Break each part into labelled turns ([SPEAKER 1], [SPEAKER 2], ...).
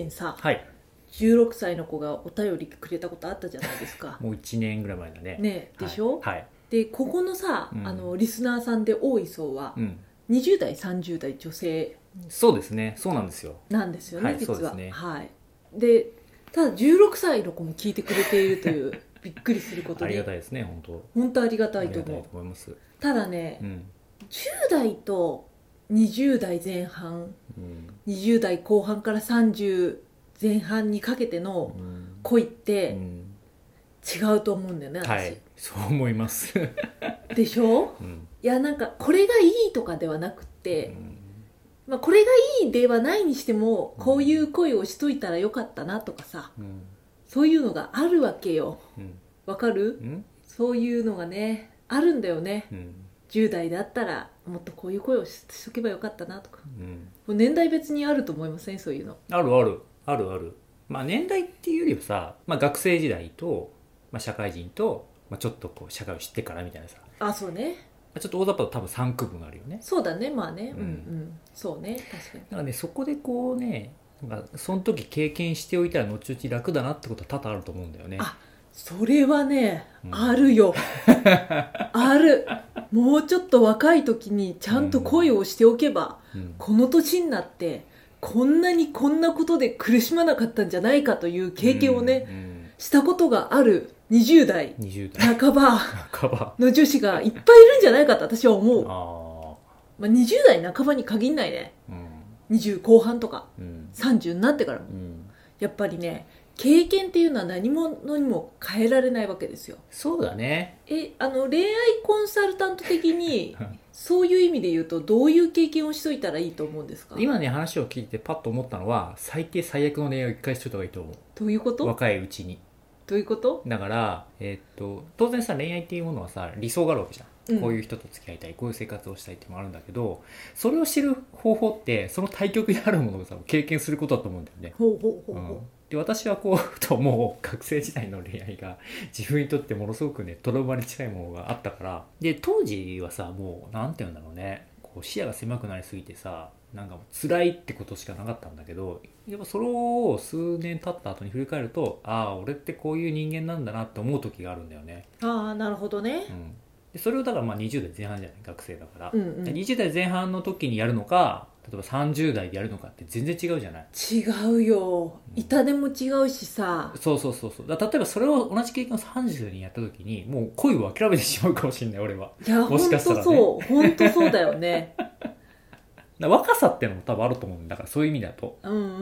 [SPEAKER 1] 前さ、
[SPEAKER 2] はい、
[SPEAKER 1] 16歳の子がお便りくれたことあったじゃないですか。
[SPEAKER 2] もう1年ぐらい前だね。
[SPEAKER 1] ねでしょ、
[SPEAKER 2] はい、
[SPEAKER 1] でここのさ、リスナーさんで多い層は、
[SPEAKER 2] うん、
[SPEAKER 1] 20代30代女性
[SPEAKER 2] そうですね、そうなんですよ。
[SPEAKER 1] なんですよね、
[SPEAKER 2] はい、
[SPEAKER 1] 実は。
[SPEAKER 2] そうですね。
[SPEAKER 1] はい。でただ16歳の子も聞いてくれているというびっくりすること
[SPEAKER 2] あ
[SPEAKER 1] に
[SPEAKER 2] りがたいですね、本
[SPEAKER 1] 本当ありがた
[SPEAKER 2] 当。あ
[SPEAKER 1] いと思う。
[SPEAKER 2] りがたいと思います。
[SPEAKER 1] ただね、
[SPEAKER 2] うん、
[SPEAKER 1] 10代と20代前半、
[SPEAKER 2] うん、
[SPEAKER 1] 20代後半から30前半にかけての恋って違うと思うんだよね、私。
[SPEAKER 2] はい、そう思います。
[SPEAKER 1] でしょ、
[SPEAKER 2] うん、
[SPEAKER 1] いやなんかこれがいいとかではなくて、これがいいではないにしても、こういう恋をしといたらよかったなとかさ、そういうのがあるわけよ。わかる？そういうのがねあるんだよね。10代だったらもっとこういう恋をしとけばよかったなとか、もう年代別にあると思いません？そういうの。
[SPEAKER 2] あるあるあるある。まあ年代っていうよりはさ、まあ、学生時代と、まあ、社会人と、まあ、ちょっとこう社会を知ってからみたいなさ、
[SPEAKER 1] あ、そうね。
[SPEAKER 2] ちょっと大雑把と多分3区分あるよね。
[SPEAKER 1] そうだね、まあね、そうね、確かに。
[SPEAKER 2] だからね、そこでこうね、なんかその時経験しておいたら後々楽だなってことは多々あると思うんだよね。
[SPEAKER 1] あ、それはね、あるよ。ある。もうちょっと若い時にちゃんと恋をしておけば、この年になってこんなにこんなことで苦しまなかったんじゃないかという経験をね、したことがある20代半ばの女子がいっぱいいるんじゃないかと私は思う。20代半ばに限んないね、20後半とか、30になってからも、やっぱりね、経験っていうのは何者にも変えられないわけですよ。
[SPEAKER 2] そうだね。
[SPEAKER 1] 恋愛コンサルタント的にそういう意味で言うと、どういう経験をしといたらいいと思うんですか？
[SPEAKER 2] 今ね、話を聞いてパッと思ったのは、最低最悪の恋愛を一回しといた方がいいと思う。
[SPEAKER 1] どういうこと？
[SPEAKER 2] 若いうちに。
[SPEAKER 1] どういうこと？
[SPEAKER 2] だから、当然さ、恋愛っていうものはさ、理想があるわけじゃん。こういう人と付き合いたい、こういう生活をしたいっていうのもあるんだけど、それを知る方法ってその対極にあるものをさ、経験することだと思うんだよね。で、私はこうともう学生時代の恋愛が自分にとってものすごくね、トラウマに近いものがあったから、で当時はさ、もうなんて言うんだろうね、こう視野が狭くなりすぎてさ、なんかもう辛いってことしかなかったんだけど、やっぱそれを数年経った後に振り返ると、ああ俺ってこういう人間なんだなって思う時があるんだよね。
[SPEAKER 1] ああ、なるほどね。
[SPEAKER 2] でそれをだからまあ20代前半じゃない、学生だから、20代前半の時にやるのか、例えば30代でやるのかって全然違うじゃない。
[SPEAKER 1] 違うよ、痛手も違うしさ。
[SPEAKER 2] そうだから例えばそれを同じ経験を30代にやった時にもう恋を諦めてしまうかもしれない、俺は。
[SPEAKER 1] いや、
[SPEAKER 2] もしかしたらね、
[SPEAKER 1] 本当そうだよね。
[SPEAKER 2] 若さっていうのも多分あると思うんだから、そういう意味だと。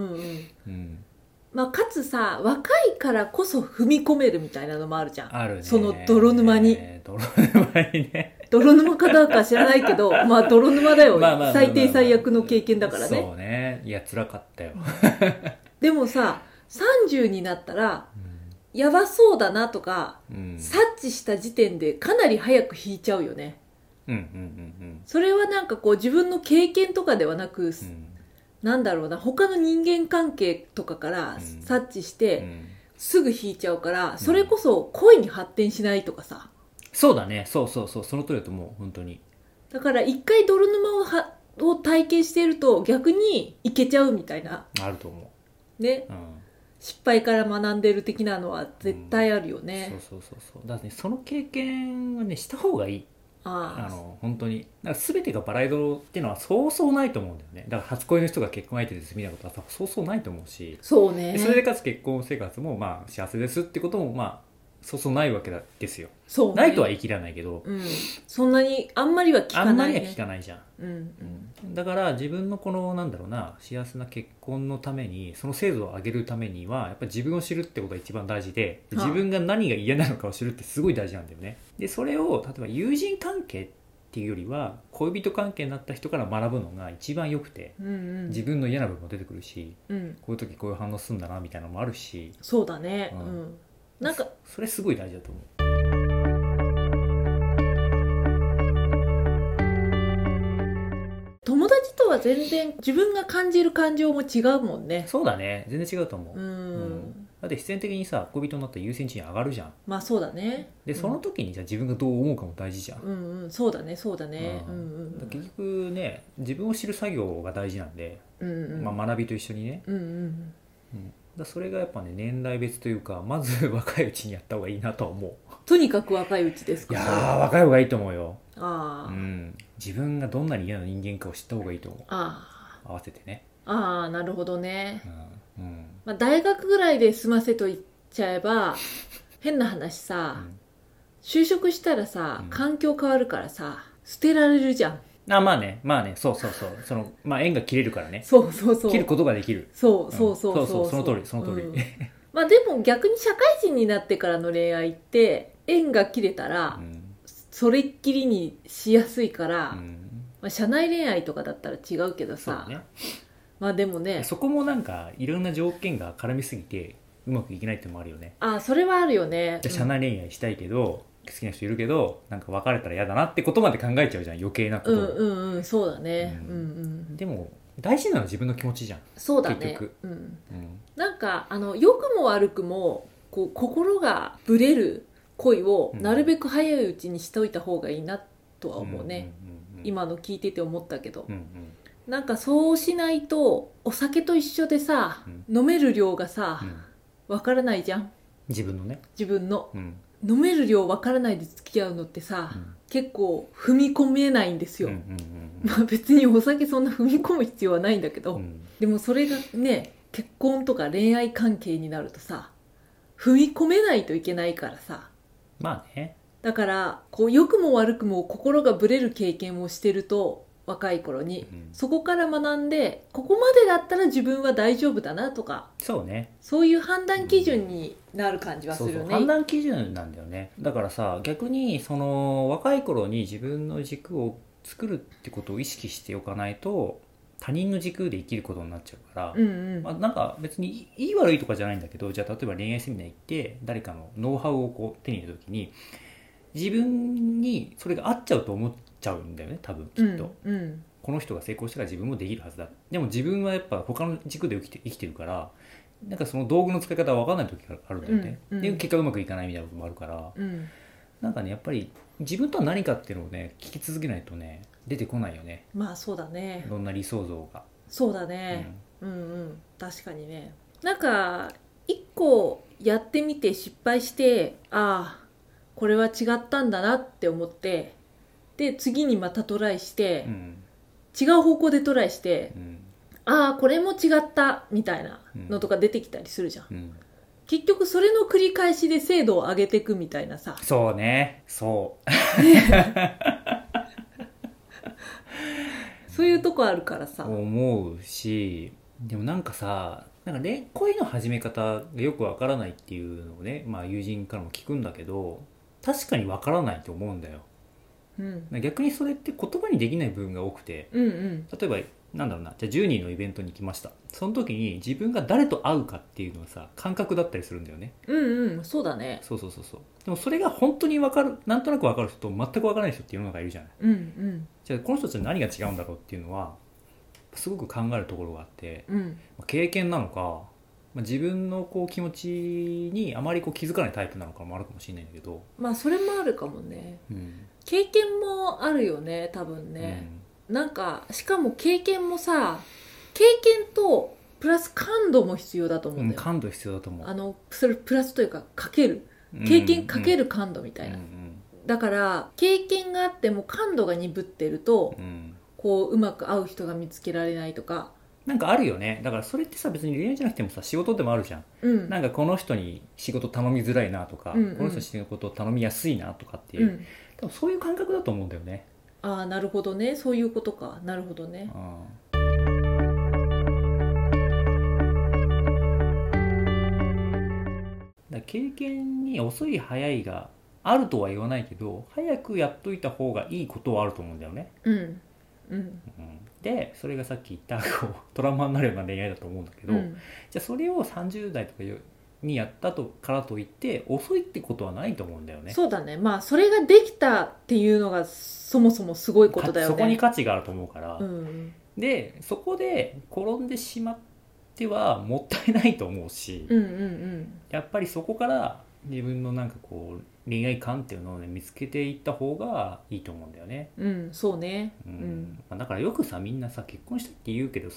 [SPEAKER 1] かつさ、若いからこそ踏み込めるみたいなのもあるじゃん。
[SPEAKER 2] あるね。
[SPEAKER 1] その泥沼に。
[SPEAKER 2] 泥沼にね。
[SPEAKER 1] 泥沼かどうか知らないけど、まあ泥沼だよ。最低最悪の経験だからね。
[SPEAKER 2] そうね。いや、辛かったよ。
[SPEAKER 1] でもさ、30になったら、やばそうだなとか、察知した時点でかなり早く引いちゃうよね。それはなんかこう自分の経験とかではなく、なんだろうな、他の人間関係とかから察知して、すぐ引いちゃうから、それこそ恋に発展しないとかさ。
[SPEAKER 2] そうだね、そうその通りだと思う、本当に。
[SPEAKER 1] だから一回泥沼を体験していると逆にいけちゃうみたいな。
[SPEAKER 2] あると思
[SPEAKER 1] う。ね。失敗から学んでる的なのは絶対あるよね。
[SPEAKER 2] そうだからね、その経験はね、した方がいい。本当にだから全てがバラ色っていうのはそうそうないと思うんだよね。だから初恋の人が結婚相手ですみたいなことはそうそうないと思うし、
[SPEAKER 1] そうね。
[SPEAKER 2] それでかつ結婚生活もまあ幸せですってこともまあそうそうないわけですよ。
[SPEAKER 1] そうね、
[SPEAKER 2] ないとは言い切らないけど、
[SPEAKER 1] そんなにあんまりは聞かないね。
[SPEAKER 2] あんまりは聞かないじゃん。だから自分のこのなんだろうな、幸せな結婚のために、その精度を上げるためにはやっぱり自分を知るってことが一番大事で、自分が何が嫌なのかを知るってすごい大事なんだよね。でそれを例えば友人関係っていうよりは恋人関係になった人から学ぶのが一番よくて、自分の嫌な部分も出てくるし、こういう時こういう反応するんだなみたいなのもあるし。
[SPEAKER 1] そうだね。なんか
[SPEAKER 2] それすごい大事だと思う。
[SPEAKER 1] 友達とは全然自分が感じる感情も違うもんね。
[SPEAKER 2] そうだね、全然違うと思う。だって必然的にさ、恋人になったら優先順位上がるじゃん。
[SPEAKER 1] まあそうだね。
[SPEAKER 2] でその時にじゃあ自分がどう思うかも大事じゃん。
[SPEAKER 1] そうだね。
[SPEAKER 2] 結局ね、自分を知る作業が大事なんで、まあ学びと一緒にね。 それがやっぱね年代別というかまず若いうちにやった方がいいなとは思う。
[SPEAKER 1] とにかく若いうちですか？
[SPEAKER 2] いやー若い方がいいと思うよ。
[SPEAKER 1] ああ、
[SPEAKER 2] 自分がどんなに嫌な人間かを知った方がいいと思う。
[SPEAKER 1] あ
[SPEAKER 2] 合わせてね。
[SPEAKER 1] あ、なるほどね。
[SPEAKER 2] うん
[SPEAKER 1] まあ、大学ぐらいで済ませと言っちゃえば変な話さ、就職したらさ、環境変わるからさ捨てられるじゃん。
[SPEAKER 2] まあねそう縁が切れるからね。
[SPEAKER 1] そう
[SPEAKER 2] 切ることができる。
[SPEAKER 1] そう
[SPEAKER 2] その通り、
[SPEAKER 1] まあでも逆に社会人になってからの恋愛って縁が切れたら、それっきりにしやすいから、まあ、社内恋愛とかだったら違うけどさ、
[SPEAKER 2] ね、
[SPEAKER 1] まあでもね
[SPEAKER 2] そこもなんかいろんな条件が絡みすぎてうまくいけないってのもあるよね。
[SPEAKER 1] それはあるよね。
[SPEAKER 2] 社内恋愛したいけど、好きな人いるけどなんか別れたら嫌だなってことまで考えちゃうじゃん、余計なことを。
[SPEAKER 1] そうだね。
[SPEAKER 2] でも大事なのは自分の気持ちじゃん。
[SPEAKER 1] そうだね。
[SPEAKER 2] 結局、
[SPEAKER 1] なんか良くも悪くもこう心がぶれる恋をなるべく早いうちにしといた方がいいなとは思うね。今の聞いてて思ったけど、なんかそうしないとお酒と一緒でさ、飲める量がさ、わからないじゃん。自分の、飲める量わからないで付き合うのってさ、結構踏み込めないんですよ。まあ別にお酒そんな踏み込む必要はないんだけど、でもそれがね結婚とか恋愛関係になるとさ踏み込めないといけないからさ。
[SPEAKER 2] まあね。
[SPEAKER 1] だからこう良くも悪くも心がぶれる経験をしてると若い頃に、そこから学んでここまでだったら自分は大丈夫だなとか、
[SPEAKER 2] そうね、
[SPEAKER 1] そういう判断基準になる感じはするよね。
[SPEAKER 2] 判断基準なんだよね。だからさ逆にその若い頃に自分の軸を作るってことを意識しておかないと他人の軸で生きることになっちゃうから、まあ、なんか別にいい悪いとかじゃないんだけど、じゃあ例えば恋愛セミナー行って誰かのノウハウをこう手に入れた時に自分にそれが合っちゃうと思っちゃうんだよね多分きっと、この人が成功したら自分もできるはずだ。でも自分はやっぱ他の軸で生きてるからなんかその道具の使い方は分かんない時があるんだよね、で結果うまくいかないみたいなこともあるから、なんかねやっぱり自分とは何かっていうのをね聞き続けないとね出てこないよね。
[SPEAKER 1] まあそうだね。
[SPEAKER 2] いろんな理想像が。
[SPEAKER 1] そうだね、確かにね。なんか一個やってみて失敗して、これは違ったんだなって思って、で次にまたトライして、違う方向でトライして、これも違ったみたいなのとか出てきたりするじゃん、結局それの繰り返しで精度を上げていくみたいなさ。
[SPEAKER 2] そうね、そう
[SPEAKER 1] そういうとこあるからさ
[SPEAKER 2] 思うし、でもなんかさなんか恋の始め方がよくわからないっていうのをね、まあ、友人からも聞くんだけど確かにわからないと思うんだよ、逆にそれって言葉にできない部分が多くて、例えばなんだろうな、じゃあ10人のイベントに行きました。その時に自分が誰と会うかっていうのはさ感覚だったりするんだよね。そうだね。そうでもそれが本当に分かる、なんとなく分かる人と全く分からない人っていうのがいるじゃない、じゃあこの人たちは何が違うんだろうっていうのはすごく考えるところがあって、経験なのか、自分のこう気持ちにあまりこう気づかないタイプなのかもあるかもしれないんだけど、
[SPEAKER 1] まあそれもあるかもね、経験もあるよね多分ね、なんかしかも経験もさ経験とプラス感度も必要だと思うんだよ、
[SPEAKER 2] 感度必要だと思う。
[SPEAKER 1] それプラスというかかける経験かける感度みたいな、だから経験があっても感度が鈍ってると、こううまく合う人が見つけられないとか
[SPEAKER 2] なんかあるよね。だからそれってさ別に恋愛じゃなくてもさ仕事でもあるじゃん、なんかこの人に仕事頼みづらいなとか、この人に仕事頼みやすいなとかっていう、多分そういう感覚だと思うんだよね。
[SPEAKER 1] なるほどね、そういうことか。なるほどね。
[SPEAKER 2] だ経験に遅い早いがあるとは言わないけど早くやっといた方がいいことはあると思うんだよね。でそれがさっき言ったこうトラウマになるような恋愛だと思うんだけど、じゃあそれを30代とかにやったからといって遅いってことはないと思うんだよね。
[SPEAKER 1] そうだね。まあそれができたっていうのがそもそもすごいことだよね。
[SPEAKER 2] そこに価値があると思うから、でそこで転んでしまってはもったいないと思うし、やっぱりそこから自分のなんかこう恋愛観っていうのをね見つけていった方がいいと思うんだよね。
[SPEAKER 1] そうね。
[SPEAKER 2] だからよくさみんなさ結婚したって言うけどさ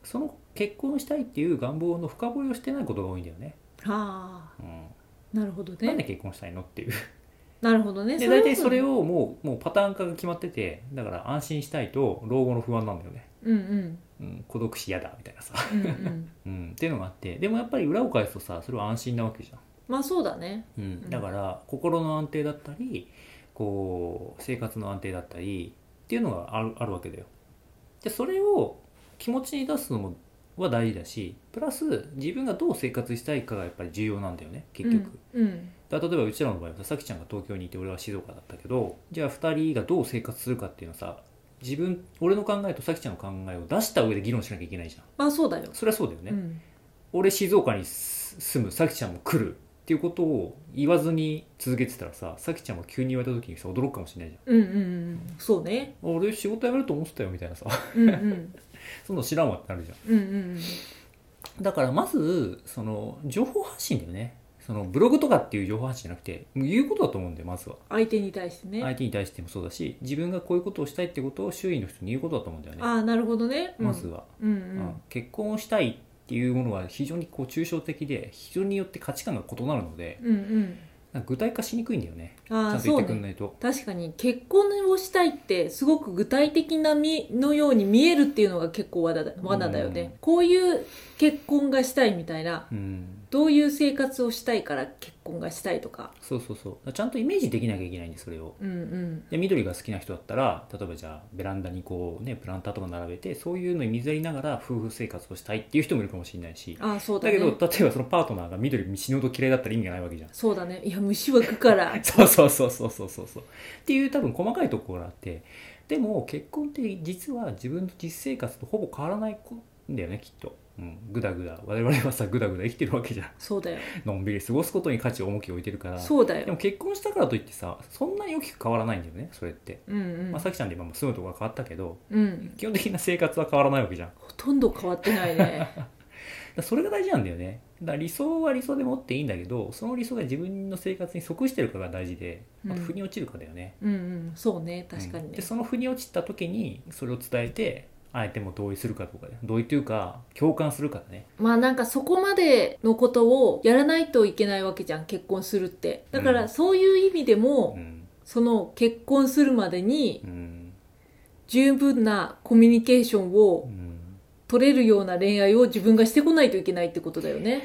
[SPEAKER 2] その結婚したいっていう願望の深掘りをしてないことが多いんだよね。
[SPEAKER 1] はあ、なるほど
[SPEAKER 2] なんで
[SPEAKER 1] ね。
[SPEAKER 2] 結婚したいのっていう。
[SPEAKER 1] なるほどね。
[SPEAKER 2] で大体それをもうパターン化が決まってて、だから安心したいと老後の不安なんだよね。孤独死嫌だみたいなさ、っていうのがあって、でもやっぱり裏を返すとさ、それは安心なわけじゃん。
[SPEAKER 1] まあそうだね。
[SPEAKER 2] だから心の安定だったり、こう生活の安定だったりっていうのがあるわけだよ。でそれを気持ちに出すのもは大事だし、プラス自分がどう生活したいかがやっぱり重要なんだよね、結局。だから例えばうちらの場合はさきちゃんが東京にいて俺は静岡だったけど、じゃあ2人がどう生活するかっていうのはさ、俺の考えとさきちゃんの考えを出した上で議論しなきゃいけないじゃん。
[SPEAKER 1] まあそうだよ。
[SPEAKER 2] それはそうだよね。俺静岡に住む、さきちゃんも来るっていうことを言わずに続けてたらさ、さきちゃんも急に言われた時にさ驚くかもしれないじゃん。
[SPEAKER 1] そうね。
[SPEAKER 2] 俺仕事辞めると思ってたよみたいなさそんなの知らんわってなるじゃん。だからまずその情報発信だよね。そのブログとかっていう情報発信じゃなくて、言うことだと思うんだよ、まずは。
[SPEAKER 1] 相手に対してね。
[SPEAKER 2] 相手に対してもそうだし、自分がこういうことをしたいってことを周囲の人に言うことだと思うんだよね。
[SPEAKER 1] ああ、なるほどね。
[SPEAKER 2] まずは、結婚をしたいっていうものは非常にこう抽象的で、人によって価値観が異なるので、なんか具体化しにくいんだよね。ちゃんと言ってくんないと、ね、
[SPEAKER 1] 確かに結婚をしたいってすごく具体的なのように見えるっていうのが結構罠だよね。こういう結婚がしたいみたいな、どういう生活をしたいから結婚がしたいとか。
[SPEAKER 2] そうちゃんとイメージできなきゃいけないんで、それを、で緑が好きな人だったら、例えばじゃあベランダにこうねプランターとか並べて、そういうのに水やりながら夫婦生活をしたいっていう人もいるかもしれないし、
[SPEAKER 1] そうだね。
[SPEAKER 2] だけど例えばそのパートナーが緑死ぬほど嫌いだったら意味がないわけじゃん。
[SPEAKER 1] そうだね。いや虫は食うから
[SPEAKER 2] そうっていう多分細かいところがあって、でも結婚って実は自分の実生活とほぼ変わらないんだよね、きっと。ぐだぐだ我々はさぐだぐだ生きてるわけじゃん。
[SPEAKER 1] そうだよ。
[SPEAKER 2] のんびり過ごすことに価値を重きを置いてるから。
[SPEAKER 1] そうだよ。
[SPEAKER 2] でも結婚したからといってさ、そんなに大きく変わらないんだよね、それって。さきちゃんで今も住むところが変わったけど、基本的な生活は変わらないわけじゃん。
[SPEAKER 1] ほとんど変わってないね
[SPEAKER 2] それが大事なんだよね。だから理想は理想で持っていいんだけど、その理想が自分の生活に即してるかが大事で、あと腑に落ちるかだよね。
[SPEAKER 1] そうね、確かにね。
[SPEAKER 2] でその腑に落ちた時にそれを伝えて、相手も同意するかとか、同意というか共感するかだね。
[SPEAKER 1] まあなんかそこまでのことをやらないといけないわけじゃん、結婚するって。だからそういう意味でも、その結婚するまでに十分なコミュニケーションを取れるような恋愛を自分がしてこないといけないってことだよね。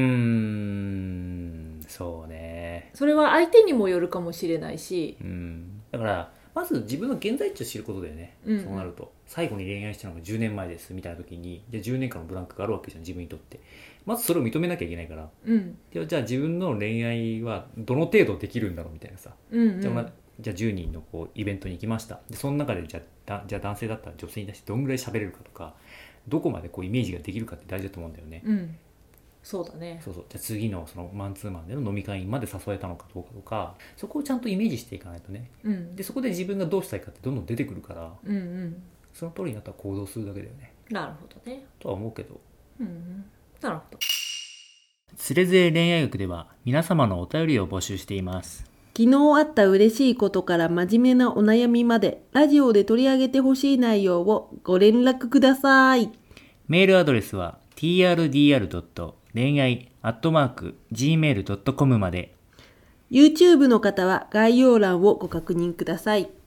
[SPEAKER 2] そうね。
[SPEAKER 1] それは相手にもよるかもしれないし、
[SPEAKER 2] だからまず自分の現在地を知ることだよね。そうなると最後に恋愛したのが10年前ですみたいな時に、じゃあ10年間のブランクがあるわけじゃん、自分にとって。まずそれを認めなきゃいけないから、じゃあ自分の恋愛はどの程度できるんだろうみたいなさ、じゃあ10人のこうイベントに行きました。でその中でじゃあ男性だったら女性に対してどんぐらい喋れるかとか、どこまでこうイメージができるかって大事だと思うんだよね。
[SPEAKER 1] そうだね。
[SPEAKER 2] じゃあ次のそのマンツーマンでの飲み会まで誘えたのかどうかとか、そこをちゃんとイメージしていかないとね。でそこで自分がどうしたいかってどんどん出てくるから、その通りになったら行動するだけだよね。
[SPEAKER 1] なるほどね。
[SPEAKER 2] とは思うけど。
[SPEAKER 1] なるほど。
[SPEAKER 2] つれづれ恋愛学では皆様のお便りを募集しています。
[SPEAKER 1] 昨日あった嬉しいことから真面目なお悩みまで、ラジオで取り上げてほしい内容をご連絡ください。
[SPEAKER 2] メールアドレスは trdr. 恋愛@gmail.com まで。
[SPEAKER 1] YouTube の方は概要欄をご確認ください。